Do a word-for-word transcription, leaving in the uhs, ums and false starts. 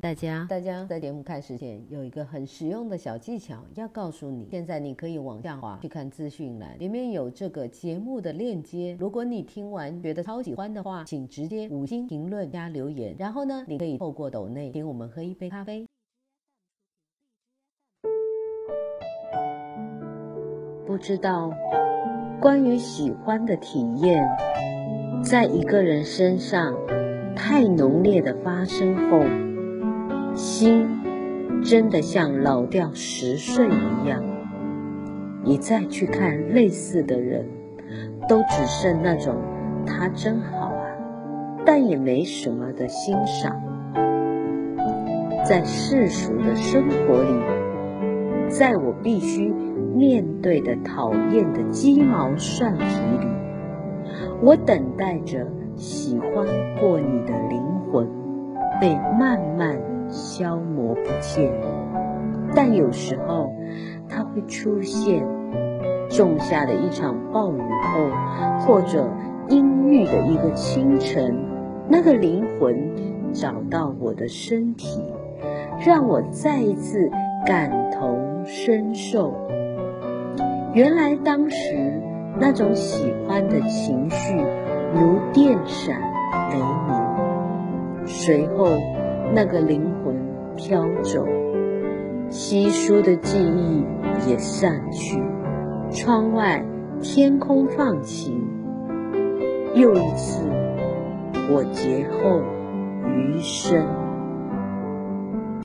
大家，大家在节目开始前有一个很实用的小技巧要告诉你。现在你可以往下滑去看资讯栏，里面有这个节目的链接。如果你听完觉得超喜欢的话，请直接五星评论加留言。然后呢，你可以透过抖内请我们喝一杯咖啡。不知道关于喜欢的体验，在一个人身上太浓烈的发生后，心真的像老掉十岁一样。你再去看类似的人，都只剩那种他真好啊，但也没什么的欣赏。在世俗的生活里，在我必须面对的讨厌的鸡毛蒜皮里，我等待着喜欢过你的灵魂被慢慢消磨不见。但有时候它会出现，仲夏的一场暴雨后，或者阴郁的一个清晨，那个灵魂找到我的身体，让我再一次感同身受。原来当时那种喜欢的情绪如电闪雷鸣，随后那个灵魂飘走，稀疏的记忆也散去，窗外天空放晴。又一次，我劫后余生。